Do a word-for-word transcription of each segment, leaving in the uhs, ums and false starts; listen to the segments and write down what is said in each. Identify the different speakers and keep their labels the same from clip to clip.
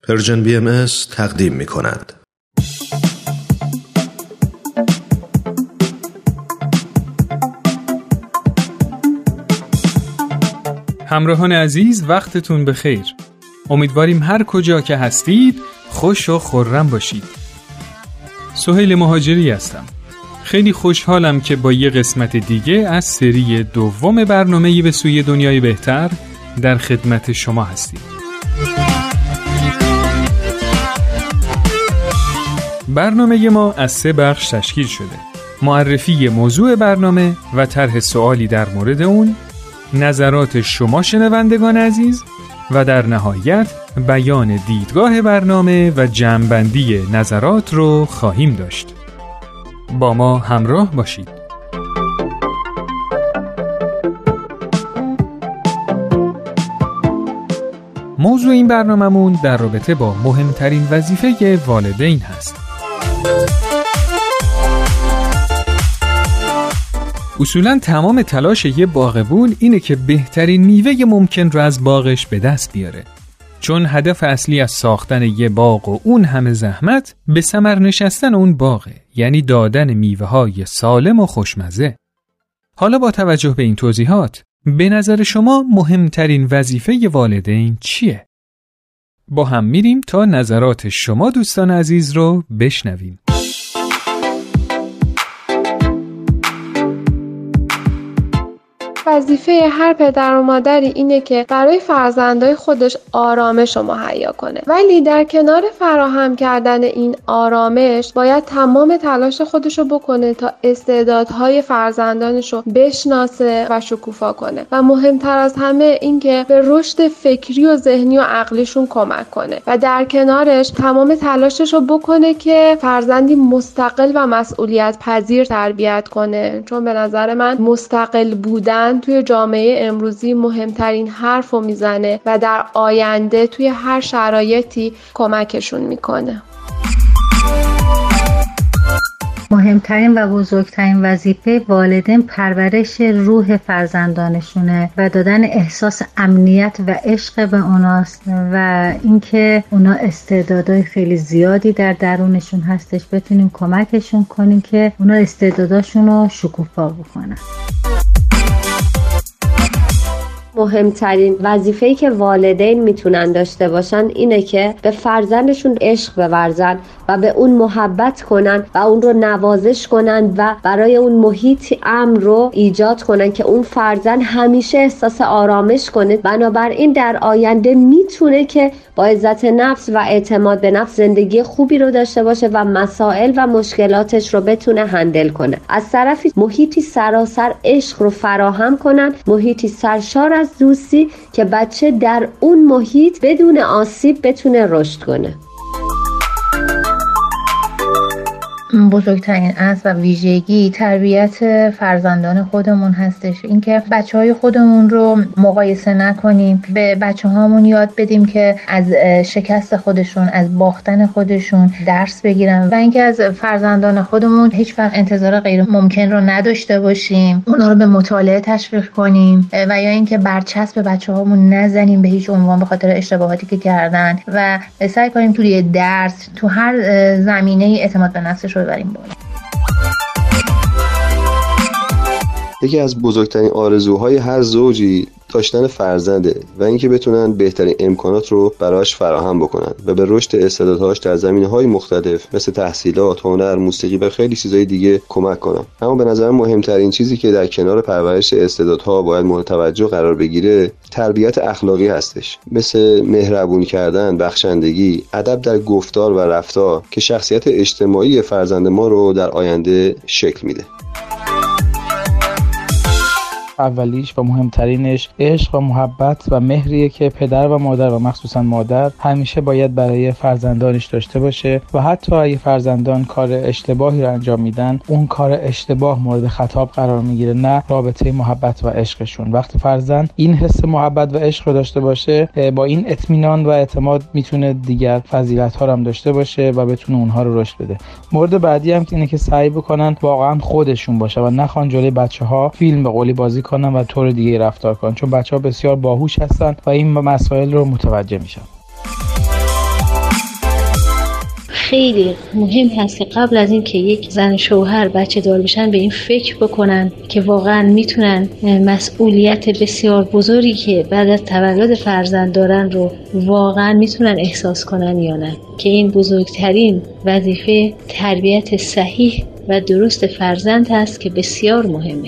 Speaker 1: پرژن بی ام اس تقدیم می کند.
Speaker 2: همراهان عزیز، وقتتون بخیر. امیدواریم هر کجا که هستید خوش و خرم باشید. سهیل مهاجری هستم. خیلی خوشحالم که با یه قسمت دیگه از سری دوم برنامه‌ای به سوی دنیای بهتر در خدمت شما هستیم. برنامه ما از سه بخش تشکیل شده: معرفی موضوع برنامه و طرح سوالی در مورد اون، نظرات شما شنوندگان عزیز و در نهایت بیان دیدگاه برنامه و جمع‌بندی نظرات رو خواهیم داشت. با ما همراه باشید. موضوع این برنامه‌مون در رابطه با مهمترین وظیفه والدین هست. اصولاً تمام تلاش یه باغبون اینه که بهترین میوه ممکن رو از باغش به دست بیاره. چون هدف اصلی از ساختن یه باغ و اون همه زحمت به ثمر نشستن اون باغه، یعنی دادن میوه‌های سالم و خوشمزه. حالا با توجه به این توضیحات، به نظر شما مهمترین وظیفه والدین چیه؟ با هم میریم تا نظرات شما دوستان عزیز رو بشنویم.
Speaker 3: وظیفه هر پدر و مادری اینه که برای فرزندای خودش آرامش رو مهیا کنه، ولی در کنار فراهم کردن این آرامش باید تمام تلاش خودش رو بکنه تا استعدادهای فرزندانش رو بشناسه و شکوفا کنه و مهمتر از همه این که به رشد فکری و ذهنی و عقلیشون کمک کنه و در کنارش تمام تلاشش رو بکنه که فرزندی مستقل و مسئولیت پذیر تربیت کنه، چون به نظر من مستقل بودن توی جامعه امروزی مهمترین حرف رو میزنه و در آینده توی هر شرایطی کمکشون میکنه.
Speaker 4: مهمترین و بزرگترین وظیفه والدین پرورش روح فرزندانشونه و دادن احساس امنیت و عشق به اوناست و اینکه اونا استعدادهای خیلی زیادی در درونشون هستش، بتونیم کمکشون کنیم که اونا استعداداشون رو شکوفا بکنن.
Speaker 5: مهمترین وظیفه‌ای که والدین میتونن داشته باشن اینه که به فرزندشون عشق بورزن و به اون محبت کنن و اون رو نوازش کنن و برای اون محیط امن رو ایجاد کنن که اون فرزند همیشه احساس آرامش کنه. بنابراین در آینده میتونه که با عزت نفس و اعتماد به نفس زندگی خوبی رو داشته باشه و مسائل و مشکلاتش رو بتونه هندل کنه. از طرفی محیطی سراسر عشق رو فراهم کنن، محیطی سرشار از دوستی که بچه در اون محیط بدون آسیب بتونه رشد کنه.
Speaker 4: بزرگترین اصل و ویژگی تربیت فرزندان خودمون هستش، اینکه بچهای خودمون رو مقایسه نکنیم، به بچه هامون یاد بدیم که از شکست خودشون، از باختن خودشون درس بگیرن و اینکه از فرزندان خودمون هیچ وقت انتظار غیر ممکن رو نداشته باشیم، اونا رو به مطالعه تشویق کنیم و یا اینکه برچسب بچه هامون نزنیم به هیچ عنوان به خاطر اشتباهاتی که کردن و سعی کنیم توی درس، تو هر زمینه اعتماد به نفسش رو ببریم بالا.
Speaker 6: یکی از بزرگترین آرزوهای هر زوجی داشتن فرزنده و اینکه بتونن بهترین امکانات رو براش فراهم بکنن و به رشد استعدادهاش در زمینه‌های مختلف مثل تحصیلات، هنر، موسیقی و خیلی چیزای دیگه کمک کنن. اما به نظر مهمترین چیزی که در کنار پرورش استعدادها باید مورد توجه قرار بگیره تربیت اخلاقی هستش، مثل مهربونی کردن، بخشندگی، ادب در گفتار و رفتار که شخصیت اجتماعی فرزند ما رو در آینده شکل میده.
Speaker 7: اولیش و مهمترینش عشق و محبت و مهریه که پدر و مادر و مخصوصا مادر همیشه باید برای فرزندانش داشته باشه و حتی اگه فرزندان کار اشتباهی رو انجام میدن، اون کار اشتباه مورد خطاب قرار میگیره، نه رابطه محبت و عشقشون. وقتی فرزند این حس محبت و عشق رو داشته باشه، با این اطمینان و اعتماد میتونه دیگر فضیلت ها رو هم داشته باشه و بتونه اونها رو رشد بده. مورد بعدی هم اینه که سعی بکنن واقعا خودشون باشه و نخوان جلوی بچه‌ها فیلم به قولی بازی کنن و طور دیگه رفتار کنن، چون بچه‌ها بسیار باهوش هستن و این مسائل رو متوجه میشن.
Speaker 8: خیلی مهم هست که قبل از این که یک زن شوهر بچه دار بشن به این فکر بکنن که واقعا میتونن مسئولیت بسیار بزرگی که بعد از تولد فرزند دارن رو واقعا میتونن احساس کنن یا نه، که این بزرگترین وظیفه تربیت صحیح و درست فرزند هست که بسیار مهمه.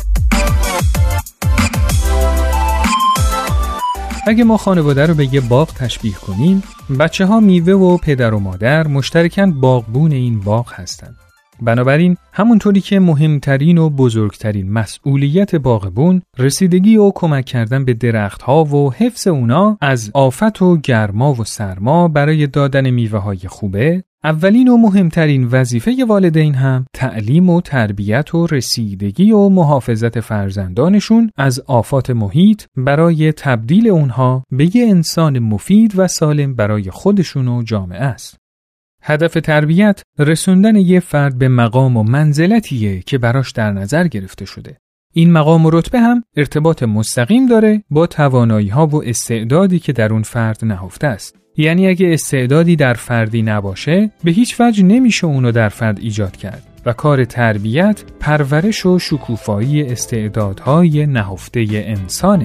Speaker 2: اگه ما خانواده رو به یه باغ تشبیه کنیم، بچه ها میوه و پدر و مادر مشترکاً باغبون این باغ هستند. بنابراین همونطوری که مهمترین و بزرگترین مسئولیت باغبون رسیدگی و کمک کردن به درختها و حفظ اونا از آفت و گرما و سرما برای دادن میوه‌های خوبه، اولین و مهمترین وظیفه والدین هم تعلیم و تربیت و رسیدگی و محافظت فرزندانشون از آفات محیط برای تبدیل اونها به یه انسان مفید و سالم برای خودشون و جامعه است. هدف تربیت رسوندن یه فرد به مقام و منزلتیه که براش در نظر گرفته شده. این مقام و رتبه هم ارتباط مستقیم داره با توانایی‌ها و استعدادی که در اون فرد نهفته است. یعنی اگه استعدادی در فردی نباشه، به هیچ وجه نمیشه اونو در فرد ایجاد کرد و کار تربیت پرورش و شکوفایی استعدادهای نهفته انسانه.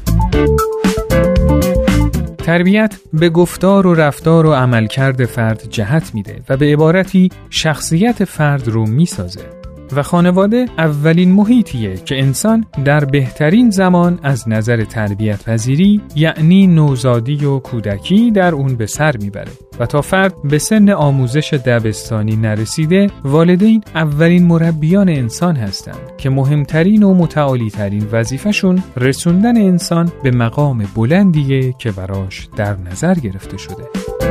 Speaker 2: تربیت به گفتار و رفتار و عملکرد فرد جهت میده و به عبارتی شخصیت فرد رو میسازه و خانواده اولین محیطیه که انسان در بهترین زمان از نظر تربیت پذیری یعنی نوزادی و کودکی در اون به سر میبره و تا فرد به سن آموزش دبستانی نرسیده، والدین اولین مربیان انسان هستند که مهمترین و متعالی‌ترین وظیفه‌شون رسوندن انسان به مقام بلندیه که براش در نظر گرفته شده.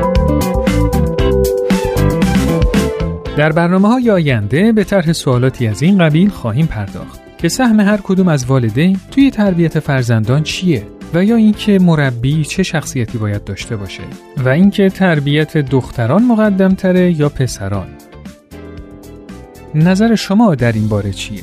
Speaker 2: در برنامه‌های آینده به طرح سوالاتی از این قبیل خواهیم پرداخت که سهم هر کدوم از والدین توی تربیت فرزندان چیه و یا اینکه مربی چه شخصیتی باید داشته باشه و اینکه تربیت دختران مقدم‌تره یا پسران. نظر شما در این باره چیه؟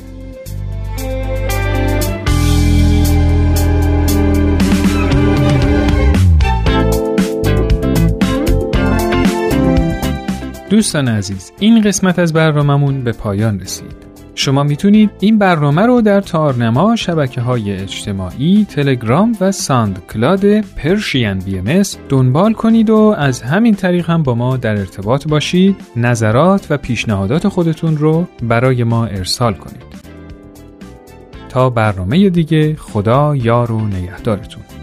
Speaker 2: دوستان عزیز، این قسمت از برنامه‌مون به پایان رسید. شما میتونید این برنامه رو در تارنما، شبکه‌های اجتماعی، تلگرام و ساند کلاد پرشین بی ام اس دنبال کنید و از همین طریق هم با ما در ارتباط باشید. نظرات و پیشنهادات خودتون رو برای ما ارسال کنید. تا برنامه دیگه، خدا یار و نگهدارتون.